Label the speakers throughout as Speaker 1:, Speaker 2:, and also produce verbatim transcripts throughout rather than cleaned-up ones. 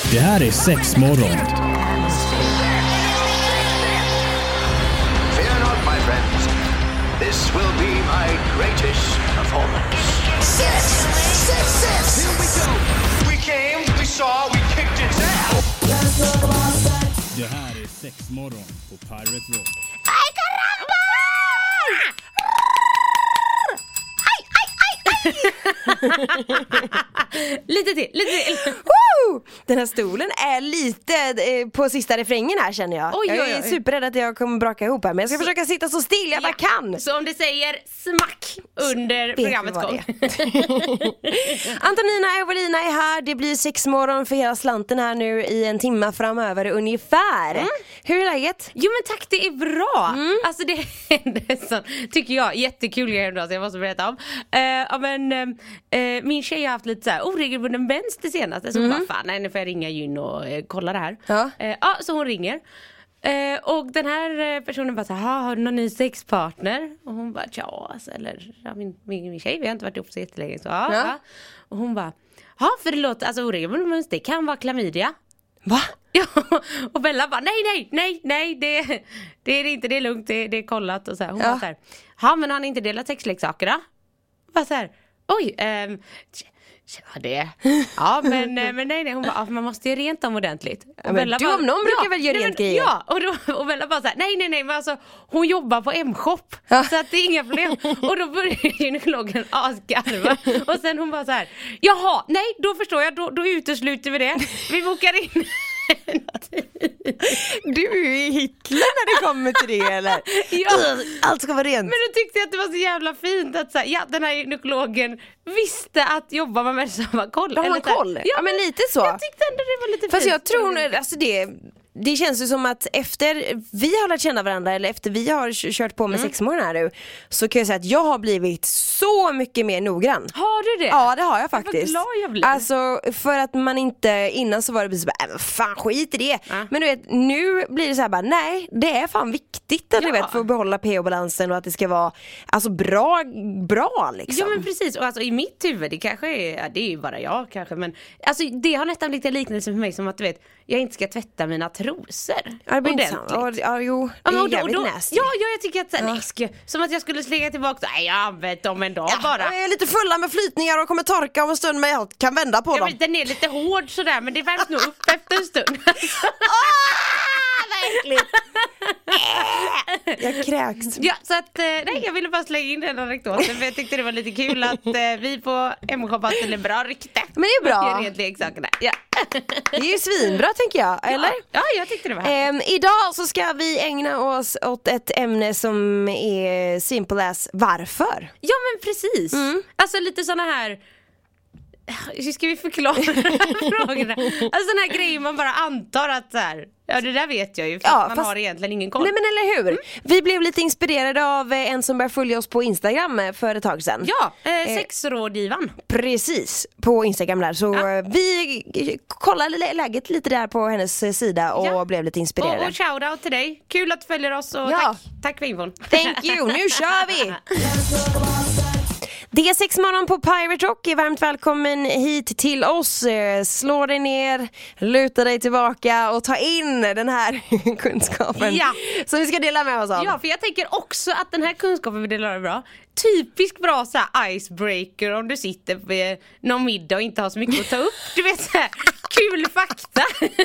Speaker 1: Det här är sex morgon.
Speaker 2: Fear not, my friends. This will be my greatest performance.
Speaker 3: Six! Six, six!
Speaker 2: Here we go. We came, we saw, we kicked its ass.
Speaker 1: Det här är sex morgon på Pirate Rock.
Speaker 4: Aj, caramba! Aj, aj, aj, aj! Lite till, lite till.
Speaker 5: Woo! Den här stolen är lite eh, på sista refrängen här, känner jag.
Speaker 4: Oj,
Speaker 5: jag är
Speaker 4: oj, oj.
Speaker 5: superrädd att jag kommer braka ihop här, men jag ska så, försöka sitta så still jag
Speaker 4: ja.
Speaker 5: bara kan.
Speaker 4: Så om det säger smack under
Speaker 5: Vet
Speaker 4: programmets gång.
Speaker 5: Antonina och Evelina är här. Det blir sex morgon för hela slanten här nu i en timme framöver ungefär. Mm. Hur är läget?
Speaker 4: Jo men tack, det är bra. Mm. Alltså det händer så, tycker jag, jättekul grejer ändå, så jag måste berätta om. Uh, ja, men, uh, min tjej har haft lite så här oregelbunden mens det senaste. Så hon mm. bara, fan, nej, nu får jag ringa Gyn och uh, kolla det här.
Speaker 5: Ja.
Speaker 4: Uh, ja, så hon ringer. Uh, och den här personen bara så här, har du någon ny sexpartner? Och hon bara, ja, alltså, eller ja, min, min, min tjej, vi har inte varit ihop så jättelänge. Så, ja,
Speaker 5: ja.
Speaker 4: Ja. Och hon bara, ja, för det låter, alltså oregelbunden mens, det kan vara klamydia.
Speaker 5: Va?
Speaker 4: Ja, och Bella bara, nej, nej, nej, nej, det, det är det inte, det är lugnt, det, det är kollat och så här. Hon
Speaker 5: ja.
Speaker 4: bara så här, ja, men har ni inte delat sexleksaker då? Bara så här, oj, ähm, ja det, ja men, men nej, nej, hon bara, man måste ju rent om ordentligt. Och
Speaker 5: ja, men
Speaker 4: Bella
Speaker 5: du
Speaker 4: bara,
Speaker 5: om någon brukar
Speaker 4: ja,
Speaker 5: väl göra
Speaker 4: nej,
Speaker 5: rent
Speaker 4: men,
Speaker 5: grejer?
Speaker 4: Ja, och, då, och Bella bara så här, nej, nej, nej, men alltså hon jobbar på M-shop,
Speaker 5: ja.
Speaker 4: så att det är inga problem. Och då börjar gynekologen asgarva. Och sen hon bara så här, jaha, nej, då förstår jag, då, då utesluter vi det. Vi bokar in.
Speaker 5: Du är ju Hitler när det kommer till det, eller?
Speaker 4: Ja.
Speaker 5: Allt ska vara rent.
Speaker 4: Men då tyckte jag att det var så jävla fint att så här, ja, den här gynekologen visste att jobba med människor som har koll.
Speaker 5: De har koll? Ja, ja, men lite så.
Speaker 4: Jag tyckte ändå det var lite
Speaker 5: Fast
Speaker 4: fint.
Speaker 5: jag tror, alltså det det känns ju som att efter vi har lärt känna varandra, eller efter vi har kört på med mm. sex månader här nu, så kan jag säga att jag har blivit så mycket mer noggrann.
Speaker 4: Har du det?
Speaker 5: Ja, det har jag faktiskt.
Speaker 4: Vad glad jag blir.
Speaker 5: Alltså, för att man inte, innan så var det så bara, äh, fan skit i det. Ja. Men du vet, nu blir det så här bara, nej, det är fan viktigt att, ja. du vet, för att behålla pH-balansen och att det ska vara alltså bra, bra liksom.
Speaker 4: Ja, men precis. Och alltså i mitt huvud, det kanske är, ja, det är ju bara jag kanske, men alltså det har nästan blivit en liknelse för mig som att du vet, jag inte ska tvätta mina trosor.
Speaker 5: Ja, det blir inte sant. Ja, jo, det är
Speaker 4: ja,
Speaker 5: jävligt
Speaker 4: då,
Speaker 5: nasty.
Speaker 4: Ja, ja, jag tycker att så,
Speaker 5: ja.
Speaker 4: nej, ska, som att jag skulle slänga tillbaka. Nej, jag har använt dem en dag ja, bara.
Speaker 5: Jag är lite fulla med flytningar och kommer torka om en stund, men jag kan vända på
Speaker 4: ja,
Speaker 5: dem.
Speaker 4: Men den är lite hård sådär, men det värms nog upp efter en stund.
Speaker 5: Verkligen. Jag kräks.
Speaker 4: Ja, så att, nej, jag ville bara slänga in den anekdoten, för jag tyckte det var lite kul att eh, vi på M-shop har en bra rykte.
Speaker 5: Men det är bra.
Speaker 4: Rent leksakerna. Ja.
Speaker 5: Det är ju svinbra, tänker jag, eller?
Speaker 4: Ja, ja, jag tyckte det var härligt.
Speaker 5: Um, idag så ska vi ägna oss åt ett ämne som är simple as varför.
Speaker 4: Ja, men precis. Mm. Alltså lite såna här, hur ska vi förklara frågorna? Alltså sån här grejer man bara antar att så här, ja, det där vet jag ju, för
Speaker 5: ja,
Speaker 4: man
Speaker 5: fast,
Speaker 4: har egentligen ingen koll.
Speaker 5: Nej, men eller hur? Mm. Vi blev lite inspirerade av en som började följa oss på Instagram för ett tag sedan.
Speaker 4: Ja, eh, sexrådgivaren.
Speaker 5: Precis, på Instagram där. Så ja. vi kollade läget lite där på hennes sida och ja. blev lite inspirerade.
Speaker 4: Och, och shoutout till dig. Kul att du följer oss och
Speaker 5: ja.
Speaker 4: tack. Tack för infon.
Speaker 5: Thank you, nu kör vi! Det är sex morgon på Pirate Rock. Är varmt välkommen hit till oss. Slå dig ner, luta dig tillbaka och ta in den här kunskapen
Speaker 4: ja.
Speaker 5: som vi ska dela med oss av.
Speaker 4: Ja, för jag tänker också att den här kunskapen vi delar är bra. Typiskt bra så här icebreaker om du sitter på någon middag och inte har så mycket att ta upp. Du vet så här, kul fakta.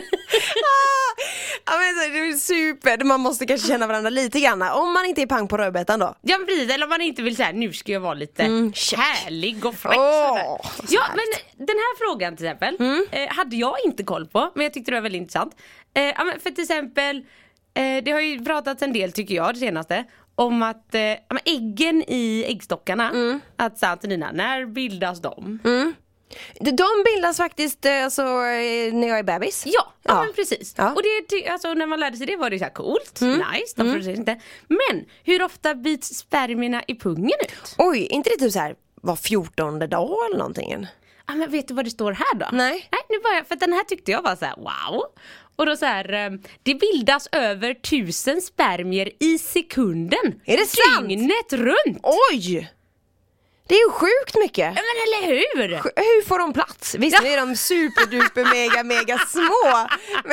Speaker 5: Ja, men så, det är super. Man måste kanske känna varandra lite grann. Om man inte är pang på rödbetan då.
Speaker 4: Ja, precis. Eller om man inte vill säga nu ska jag vara lite mm, härlig och fräck.
Speaker 5: Oh,
Speaker 4: ja, men den här frågan till exempel mm. eh, hade jag inte koll på, men jag tyckte det var väldigt intressant. Eh, ja, men för till exempel, eh, det har ju pratats en del tycker jag det senaste om att eh, äggen i äggstockarna, mm. att så Antonina, när bildas de?
Speaker 5: Mm. De bildas faktiskt alltså, när jag är bebis.
Speaker 4: Ja, ja,
Speaker 5: ja.
Speaker 4: men precis.
Speaker 5: Ja.
Speaker 4: Och det, alltså, när man lärde sig det var det så här coolt,
Speaker 5: mm.
Speaker 4: nice, de mm. inte. Men hur ofta byts spermierna i pungen ut?
Speaker 5: Oj, inte det typ så här var fjortonde dag eller någonting?
Speaker 4: Ja, men vet du vad det står här då?
Speaker 5: Nej.
Speaker 4: Nej, nu bara, för den här tyckte jag var så här, wow. Och då så här, det bildas över tusen spermier i sekunden.
Speaker 5: Är det sant?
Speaker 4: Dygnet runt.
Speaker 5: Oj! Det är ju sjukt mycket.
Speaker 4: Ja, men eller hur?
Speaker 5: Hur får de plats? Visst ja. är de superduper mega mega små. Men...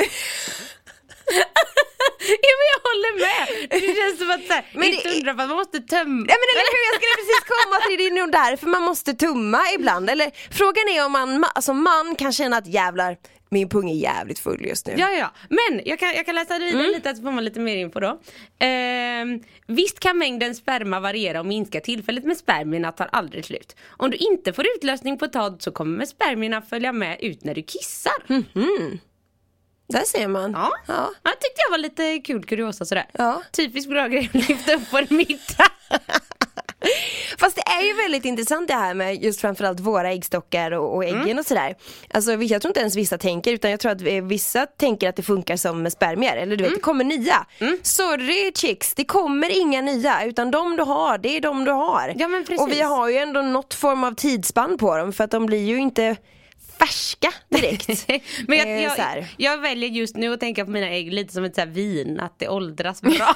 Speaker 4: ja, men jag håller med. Det känns som att så här, men det undrar för att man måste tömma.
Speaker 5: Ja, men eller hur, jag skulle precis komma till det. Det är nog därför man måste tumma ibland. Eller frågan är om man, alltså man kan känna att jävlar, min pung är jävligt full just nu.
Speaker 4: Ja, ja. Men jag kan, jag kan läsa vidare mm. lite, så får man lite mer info då. Ehm, visst kan mängden sperma variera och minska. Tillfället med spermierna tar aldrig slut. Om du inte får utlösning på ett tag så kommer spermierna följa med ut när du kissar.
Speaker 5: Mhm. Där ser man.
Speaker 4: Ja. Ja. Jag tyckte jag var lite kul kuriosa sådär.
Speaker 5: Ja.
Speaker 4: Typiskt bra grej att lyfta upp på en middag.
Speaker 5: Fast det är ju väldigt intressant det här med just framförallt våra äggstockar och, och äggen mm. och sådär. Alltså jag tror inte ens vissa tänker, utan jag tror att vissa tänker att det funkar som med spermier. Eller du vet, mm. det kommer nya. Mm. Sorry chicks, det kommer inga nya, utan de du har, det är de du har.
Speaker 4: Ja, men precis.
Speaker 5: Och vi har ju ändå något form av tidsspann på dem, för att de blir ju inte färska direkt.
Speaker 4: Men jag, jag, jag väljer just nu att tänka på mina ägg lite som ett så här vin, att det åldras bra.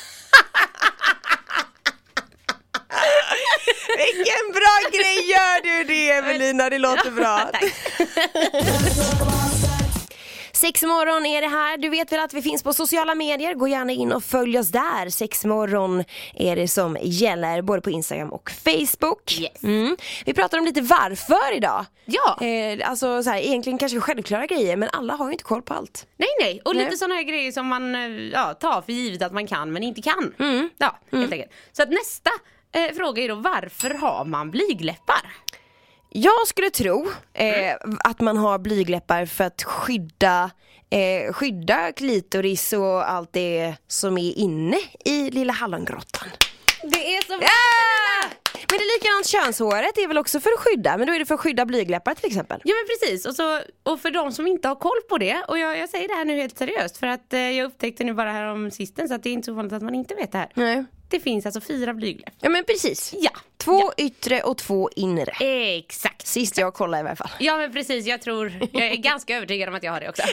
Speaker 5: Vilken bra grej gör du det, Evelina, det låter bra. Sexmorgon är det här. Du vet väl att vi finns på sociala medier. Gå gärna in och följ oss där. Sexmorgon är det som gäller, både på Instagram och Facebook.
Speaker 4: Yes.
Speaker 5: Mm. Vi pratar om lite varför idag.
Speaker 4: Ja.
Speaker 5: Eh, alltså så här, egentligen kanske självklara grejer, men alla har ju inte koll på allt.
Speaker 4: Nej, nej. Och
Speaker 5: nej.
Speaker 4: lite sådana här grejer som man ja, tar för givet att man kan, men inte kan.
Speaker 5: Mm.
Speaker 4: Ja, helt
Speaker 5: mm.
Speaker 4: enkelt. Så att nästa eh, fråga är då, varför har man blygläppar?
Speaker 5: Jag skulle tro eh, att man har blygläppar för att skydda eh, skydda klitoris och allt det som är inne i lilla hallongrottan.
Speaker 4: Det är så...
Speaker 5: Ja! Men det är likadant, könshåret är väl också för att skydda, men då är det för att skydda blygläppar till exempel.
Speaker 4: Ja, men precis, och, så, och för de som inte har koll på det, och jag, jag säger det här nu helt seriöst, för att eh, jag upptäckte nu bara här om sisten, så att det är inte så vanligt att man inte vet det här.
Speaker 5: Nej.
Speaker 4: Det finns alltså fyra blygläppar.
Speaker 5: Ja, men precis.
Speaker 4: Ja.
Speaker 5: Två
Speaker 4: ja.
Speaker 5: yttre och två inre.
Speaker 4: Exakt.
Speaker 5: Sist jag kollade i alla fall.
Speaker 4: Ja, men precis, jag tror, jag är ganska övertygad om att jag har det också.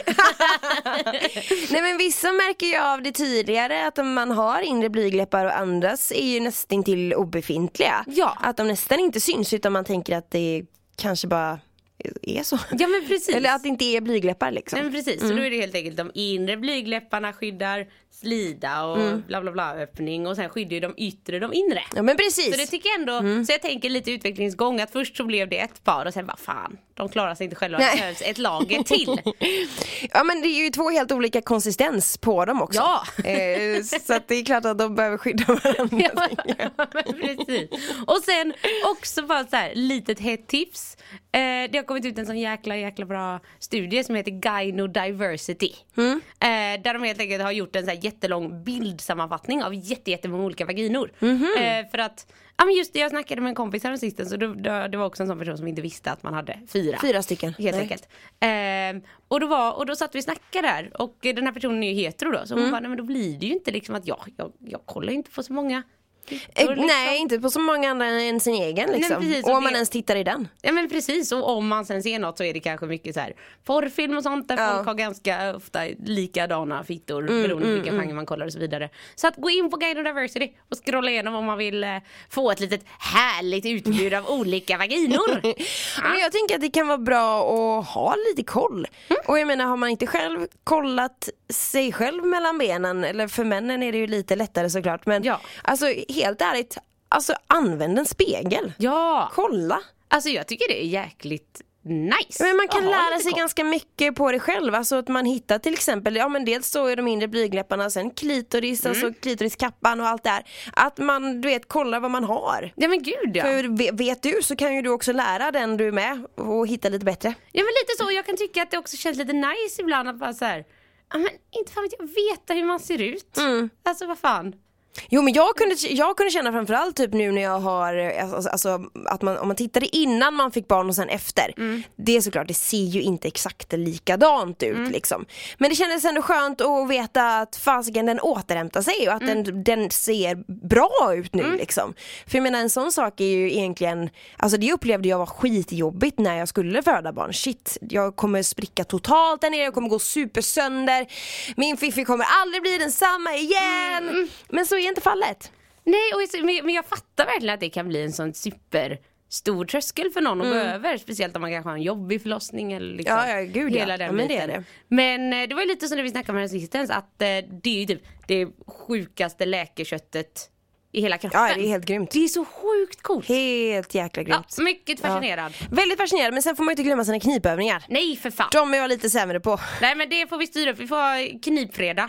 Speaker 5: Nej, men vissa märker ju av det tydligare, att man har inre blygläppar, och andras är ju nästan till obefintliga.
Speaker 4: Ja.
Speaker 5: Att de nästan inte syns, utan man tänker att det kanske bara är så.
Speaker 4: Ja, men precis.
Speaker 5: Eller att det inte är blygläppar liksom.
Speaker 4: Nej, men precis,
Speaker 5: mm.
Speaker 4: så då är det helt enkelt de inre blygläpparna skyddar slida och mm. bla bla bla öppning, och sen skyddar ju de yttre de inre.
Speaker 5: Ja, men precis.
Speaker 4: Så det tycker jag ändå,
Speaker 5: mm.
Speaker 4: så jag tänker lite utvecklingsgång, att först så blev det ett par och sen bara fan, de klarar sig inte själva, det behövs ett lager till.
Speaker 5: Ja, men det är ju två helt olika konsistens på dem också.
Speaker 4: Ja.
Speaker 5: eh, så att det är klart att de behöver skydda varandra.
Speaker 4: Ja, ja, men precis. Och sen också bara så här, litet hett tips. Eh, det har kommit ut en sån jäkla jäkla bra studie som heter Gynodiversity. Mm. Eh, där de helt enkelt har gjort en så här jättelång bildsammanfattning av jätte, jättemånga olika vaginor. Mm-hmm. Eh, för att, ja, men just det, jag snackade med en kompis här sisten, så då, då, det var också en sån person som inte visste att man hade fyra.
Speaker 5: Fyra stycken.
Speaker 4: Helt
Speaker 5: nej.
Speaker 4: enkelt. Eh, och, då var, och då satt vi och snackade där, och den här personen är ju hetero då, så hon mm. bara, nej, men då blir det ju inte liksom att jag, jag, jag kollar inte på så många.
Speaker 5: Liksom. Nej, inte på så många andra än sin egen liksom. Nej, precis, och, och om man det... ens tittar i den.
Speaker 4: Ja, men precis, och om man sen ser något så är det kanske mycket så här porrfilm och sånt, där ja. folk har ganska ofta likadana fittor mm, beroende på mm, vilka mm. genrer man kollar och så vidare. Så att gå in på Gynodiversity och scrolla igenom om man vill eh, få ett litet härligt utbud av olika vaginor. Ja.
Speaker 5: Men jag tänker att det kan vara bra att ha lite koll. Mm. Och jag menar, har man inte själv kollat sig själv mellan benen, eller för männen är det ju lite lättare såklart, men ja. alltså helt ärligt, alltså använd en spegel.
Speaker 4: Ja.
Speaker 5: Kolla.
Speaker 4: Alltså jag tycker det är jäkligt nice.
Speaker 5: Men man kan
Speaker 4: Aha,
Speaker 5: lära sig koll. ganska mycket på det själv. Alltså att man hittar till exempel, ja men dels så är de inre blygläpparna, sen klitoris, mm. alltså klitoriskappan och allt där. Att man, du vet, kollar vad man har.
Speaker 4: Ja, men gud, ja.
Speaker 5: För vet du, så kan ju du också lära den du är med och hitta lite bättre.
Speaker 4: Ja, men lite så. Jag kan tycka att det också känns lite nice ibland att bara så här, ja men inte fan vet jag, veta hur man ser ut. Mm. Alltså vad fan.
Speaker 5: Jo, men jag kunde, jag kunde känna framförallt typ nu när jag har alltså, alltså, att man, om man tittade innan man fick barn och sen efter, mm. det är såklart, det ser ju inte exakt likadant ut mm. liksom. Men det kändes ändå skönt att veta att fasiken den återhämtar sig och att mm. den, den ser bra ut nu mm. liksom. För jag menar, en sån sak är ju egentligen, alltså det upplevde jag var skitjobbigt när jag skulle föda barn. Shit, jag kommer spricka totalt där nere, jag kommer gå supersönder, min fiffi kommer aldrig bli densamma igen. Mm. Men så är inte fallet.
Speaker 4: Nej, och men jag fattar verkligen att det kan bli en sån super stor tröskel för någon att
Speaker 5: Mm.
Speaker 4: gå över. Speciellt om man kanske har en jobbig förlossning eller liksom
Speaker 5: Ja, ja, gud, ja.
Speaker 4: hela den
Speaker 5: Ja, men det
Speaker 4: biten.
Speaker 5: är det.
Speaker 4: Men eh, det var ju lite som det vi snackade med resistens, att eh, det är ju typ det sjukaste läkeköttet i hela kroppen.
Speaker 5: Ja, det är helt grymt.
Speaker 4: Det är så sjukt coolt.
Speaker 5: Helt jäkla
Speaker 4: Ja,
Speaker 5: grymt.
Speaker 4: mycket fascinerad.
Speaker 5: Ja. Väldigt fascinerad, men sen får man ju inte glömma sina knipövningar.
Speaker 4: Nej för fan.
Speaker 5: De är jag lite sämre på.
Speaker 4: Nej men det får vi styra upp. Vi får ha knipfredag.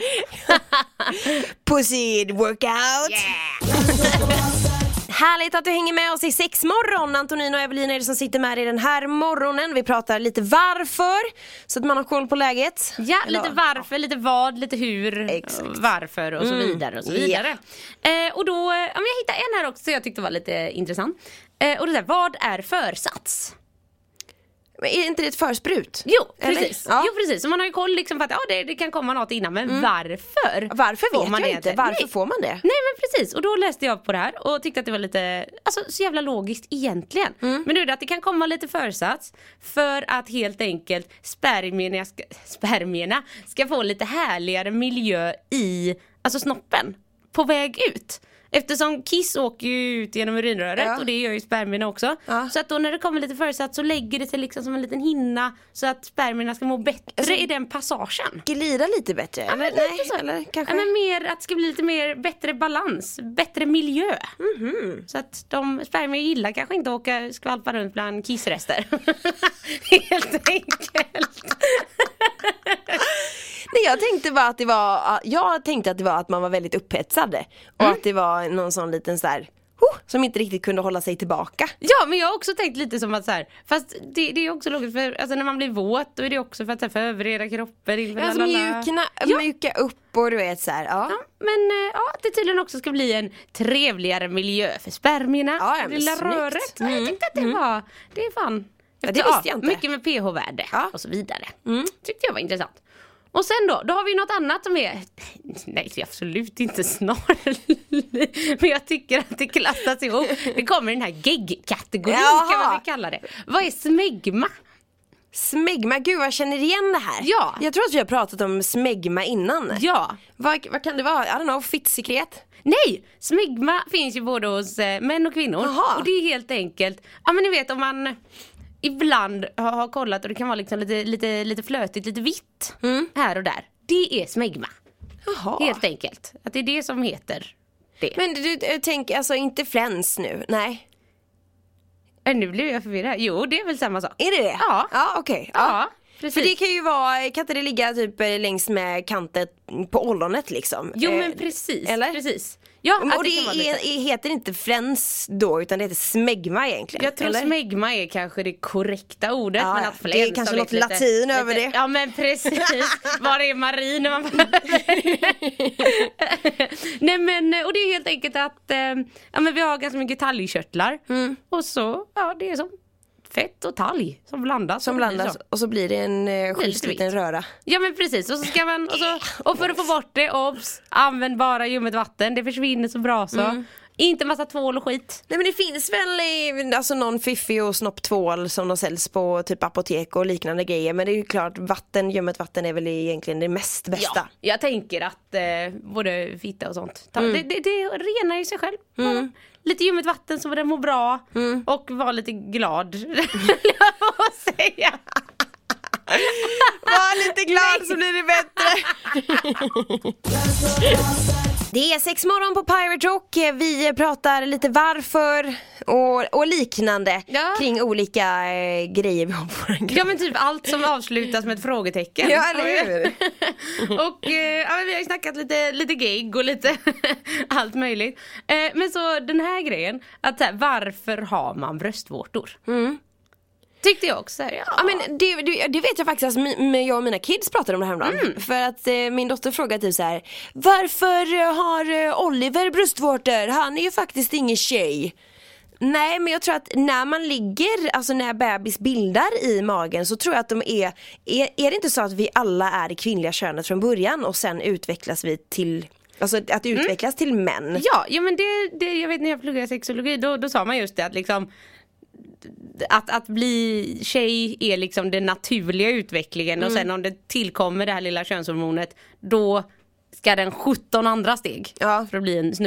Speaker 5: Pussy workout.
Speaker 4: Yeah.
Speaker 5: Härligt att du hänger med oss i sexmorgon. Antonin och Evelina är det som sitter med i den här morgonen. Vi pratar lite varför, så att man har koll på läget.
Speaker 4: Ja,
Speaker 5: Eller,
Speaker 4: lite varför, lite vad, lite hur,
Speaker 5: Exakt.
Speaker 4: varför och så
Speaker 5: Mm.
Speaker 4: vidare och så vidare. Eh, och då, eh, ja, men jag hittade en här också som jag tyckte var lite intressant. Eh, och det är vad är försats?
Speaker 5: Men är inte det ett försprut?
Speaker 4: Jo,
Speaker 5: Eller?
Speaker 4: precis.
Speaker 5: Ja.
Speaker 4: Jo, precis. Så man har ju koll liksom för att ja, det, det kan komma något innan, men varför?
Speaker 5: Varför
Speaker 4: får
Speaker 5: vet
Speaker 4: man
Speaker 5: jag
Speaker 4: det
Speaker 5: inte. Varför
Speaker 4: Nej.
Speaker 5: får man det?
Speaker 4: Nej men precis, och då läste jag på det här och tyckte att det var lite, alltså så jävla logiskt egentligen.
Speaker 5: Mm.
Speaker 4: Men nu är det att det kan komma lite försats för att helt enkelt spermierna ska, spermierna ska få lite härligare miljö i, alltså snoppen, på väg ut. Eftersom kiss åker ju ut genom urinröret
Speaker 5: Ja.
Speaker 4: och det gör ju spermierna också.
Speaker 5: Ja.
Speaker 4: Så att då när det kommer lite försats så lägger det sig liksom som en liten hinna så att spermierna ska må bättre
Speaker 5: Alltså,
Speaker 4: i den passagen.
Speaker 5: Glida lite bättre?
Speaker 4: Ja, men
Speaker 5: eller?
Speaker 4: lite så.
Speaker 5: Eller kanske?
Speaker 4: Ja, men mer, att det ska bli lite mer bättre balans, bättre miljö.
Speaker 5: Mhm.
Speaker 4: Så att de spermier gillar kanske inte att åka skvalpa runt bland kissrester. Helt enkelt.
Speaker 5: Nej, jag tänkte bara att det var Jag tänkte att det var att man var väldigt upphetsad. Och
Speaker 4: Mm.
Speaker 5: att det var någon sån liten så här, oh, som inte riktigt kunde hålla sig tillbaka.
Speaker 4: Ja, men jag har också tänkt lite som att så här, fast det, det är också logiskt för alltså, när man blir våt då är det också för att så här, förbereda kroppen inför
Speaker 5: Alltså
Speaker 4: lalala.
Speaker 5: mjukna,
Speaker 4: Ja.
Speaker 5: mjuka upp och du vet så här, ja.
Speaker 4: Ja, men eh, ja, att det tydligen också ska bli en trevligare miljö för spermierna.
Speaker 5: Ja, ja, men
Speaker 4: lilla
Speaker 5: snyggt.
Speaker 4: röret. Ja,
Speaker 5: Mm.
Speaker 4: jag tyckte att det var, det är fan.
Speaker 5: Ja, det visste jag inte.
Speaker 4: Mycket med pH-värde
Speaker 5: Ja.
Speaker 4: och så vidare. Tyckte jag var intressant. Och sen då, då har vi något annat som är, nej det är absolut inte snarare, men jag tycker att det klassas ihop. Det kommer i den här gegg-kategorin
Speaker 5: Jaha.
Speaker 4: kan man väl kalla det. Vad är smegma?
Speaker 5: Smegma, gud jag känner igen det här.
Speaker 4: Ja.
Speaker 5: Jag tror att vi har pratat om smegma innan.
Speaker 4: Ja.
Speaker 5: Vad, vad kan det vara? I don't know, fittsekret?
Speaker 4: Nej, smegma finns ju både hos eh, män och kvinnor.
Speaker 5: Jaha.
Speaker 4: Och det är helt enkelt, ja men ni vet om man ibland har, har kollat och det kan vara liksom lite, lite, lite flötigt, lite vitt här och där. Det är smegma,
Speaker 5: Jaha.
Speaker 4: helt enkelt. Att det är det som heter det.
Speaker 5: Men du, du tänk, alltså inte fläns nu, nej.
Speaker 4: Men nu blir jag förvirrad. Jo, det är väl samma sak.
Speaker 5: Är det det?
Speaker 4: Ja.
Speaker 5: Ja, okej.
Speaker 4: Ja, precis.
Speaker 5: För det kan ju vara, kan inte det ligga typ eh, längs med kanten på ollonet liksom?
Speaker 4: Jo
Speaker 5: Eh,
Speaker 4: men precis,
Speaker 5: eller?
Speaker 4: precis. Ja,
Speaker 5: Men,
Speaker 4: att
Speaker 5: och det,
Speaker 4: kan vara
Speaker 5: är,
Speaker 4: lite-
Speaker 5: är, heter inte fläns då, utan det heter smegma egentligen.
Speaker 4: Jag tror
Speaker 5: eller?
Speaker 4: smegma är kanske det korrekta ordet.
Speaker 5: Ja,
Speaker 4: men
Speaker 5: ja.
Speaker 4: att
Speaker 5: Det är
Speaker 4: fläns
Speaker 5: kanske
Speaker 4: har
Speaker 5: något
Speaker 4: lite-
Speaker 5: latin över
Speaker 4: lite,
Speaker 5: det.
Speaker 4: Ja men precis. Var är Marie när man Nej men, och det är helt enkelt att eh, ja, men vi har ganska mycket talgkörtlar.
Speaker 5: Mm.
Speaker 4: Och så, ja det är som fett och talg som blandas.
Speaker 5: Som
Speaker 4: och det blir
Speaker 5: blandas
Speaker 4: så.
Speaker 5: och så blir det en eh,
Speaker 4: lite
Speaker 5: schysst liten
Speaker 4: vitt.
Speaker 5: röra.
Speaker 4: Ja men precis, och så ska man och, så, och för att få bort det, obs, använd bara ljummet vatten. Det försvinner så bra så.
Speaker 5: Mm.
Speaker 4: Inte massa tvål och skit.
Speaker 5: Nej men det finns väl eh, alltså någon fiffig och snopptvål som de säljs på typ apotek och liknande grejer. Men det är ju klart, vatten, ljummet vatten är väl egentligen det mest bästa.
Speaker 4: Ja, jag tänker att eh, både fitta och sånt ta,
Speaker 5: Mm.
Speaker 4: det, det, det renar ju sig själv. Bara lite ljummet vatten så den mår bra
Speaker 5: Mm.
Speaker 4: och var lite glad. Jag får säga.
Speaker 5: Var lite glad så blir det bättre. Det är sex morgon på Pirate Rock. Vi pratar lite varför och, och liknande
Speaker 4: Ja.
Speaker 5: kring olika eh, grejer vi har på vår
Speaker 4: Ja men typ allt som avslutas med ett frågetecken.
Speaker 5: Ja, eller hur?
Speaker 4: Och eh, ja, men vi har ju snackat lite, lite gig och lite allt möjligt. Eh, men så den här grejen, att så här, varför har man bröstvårtor? Tyckte jag också. Ja,
Speaker 5: Ja men det, det, det vet jag faktiskt, alltså, mi- jag och mina kids pratade om det här häromdagen.
Speaker 4: Mm.
Speaker 5: För att eh, min dotter frågade typ så här: varför eh, har eh, Oliver bröstvårtor? Han är ju faktiskt ingen tjej. Nej men jag tror att när man ligger, alltså när bebis bildar i magen, så tror jag att de är, är Är det inte så att vi alla är det kvinnliga könet från början och sen utvecklas vi till, alltså att utvecklas till män?
Speaker 4: Ja, ja men det, det, jag vet när jag pluggade sexologi då, då sa man just det att liksom Att, att bli tjej är liksom den naturliga utvecklingen och sen om det tillkommer det här lilla könshormonet då ska den sjutton andra steg
Speaker 5: Ja.
Speaker 4: för att bli en snubbe.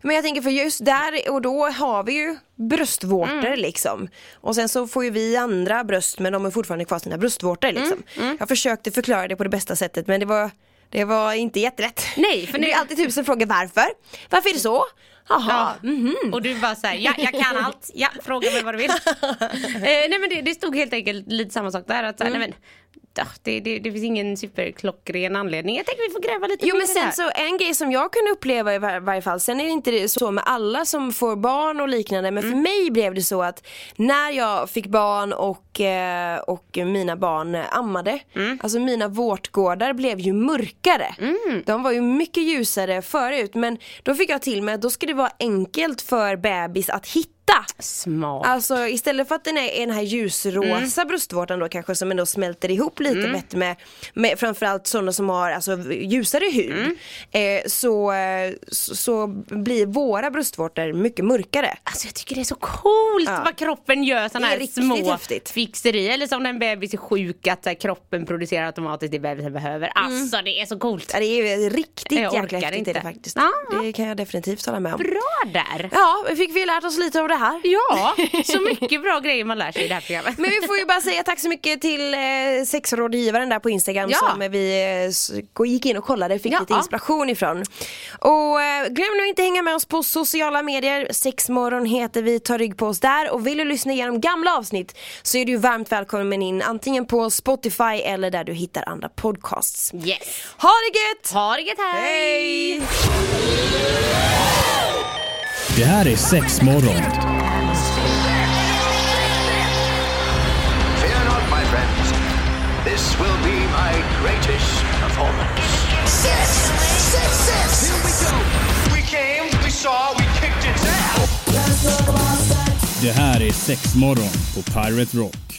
Speaker 5: Men jag tänker för just där och då har vi ju bröstvårtor mm. liksom. Och sen så får ju vi andra bröst, men de är fortfarande kvar sina bröstvårtor liksom. Mm. Mm. Jag försökte förklara det på det bästa sättet, men det var, det var inte jätterätt.
Speaker 4: Nej, för
Speaker 5: det är alltid tusen frågor varför. Varför är det så? Jaha.
Speaker 4: Ja. Mm-hmm. Och du bara säger, ja, jag kan allt. Ja, fråga mig vad du vill. eh, nej men det, det stod helt enkelt lite samma sak där. Att, mm. nej, men, det, det, det finns ingen superklockren anledning. Jag tänker vi får gräva lite
Speaker 5: jo,
Speaker 4: mer
Speaker 5: men sen så en grej som jag kunde uppleva i var, varje fall. Sen är det inte så med alla som får barn och liknande. Men mm. för mig blev det så att när jag fick barn och, eh, och mina barn ammade. Mm. Alltså mina vårtgårdar blev ju mörkare. Mm. De var ju mycket ljusare förut. Men då fick jag till mig att då ska det vara enkelt för bebis att hitta.
Speaker 4: Smart.
Speaker 5: Alltså istället för att den är den här ljusrosa mm. bröstvårtan då kanske som ändå smälter ihop lite mm. bättre med, med framförallt sådana som har alltså, ljusare hud mm. eh, så, så, så blir våra bröstvårtor mycket mörkare.
Speaker 4: Alltså jag tycker det är så coolt ja. vad kroppen gör sådana här små
Speaker 5: häftigt.
Speaker 4: fixeri. Eller som när en bebis är sjuk att här, kroppen producerar automatiskt det bebisen behöver. Alltså mm. det är så coolt.
Speaker 5: Ja, det är riktigt jäkla häftigt det faktiskt.
Speaker 4: Ja.
Speaker 5: Det kan jag definitivt hålla med om.
Speaker 4: Bra där.
Speaker 5: Ja, fick vi lärt oss lite av det här.
Speaker 4: Ja, så mycket bra grejer man lär sig i det här programmet.
Speaker 5: Men vi får ju bara säga tack så mycket till eh, sexrådgivaren där på Instagram ja. som vi eh, gick in och kollade, fick ja. lite inspiration ifrån. Och eh, glöm nu inte hänga med oss på sociala medier. Sexmorgon heter vi, ta rygg på oss där. Och vill du lyssna igenom gamla avsnitt så är du varmt välkommen in antingen på Spotify eller där du hittar andra podcasts.
Speaker 4: Yes.
Speaker 5: Ha det gött!
Speaker 4: Ha det gött, hej!
Speaker 5: Hej!
Speaker 1: Det här är Sexmorgon.
Speaker 2: Fear not, my friends. This will be my greatest performance.
Speaker 3: Six, six, six.
Speaker 2: Here we go. We came, we saw, we kicked its ass.
Speaker 1: Det här är Sexmorgon på Pirate Rock.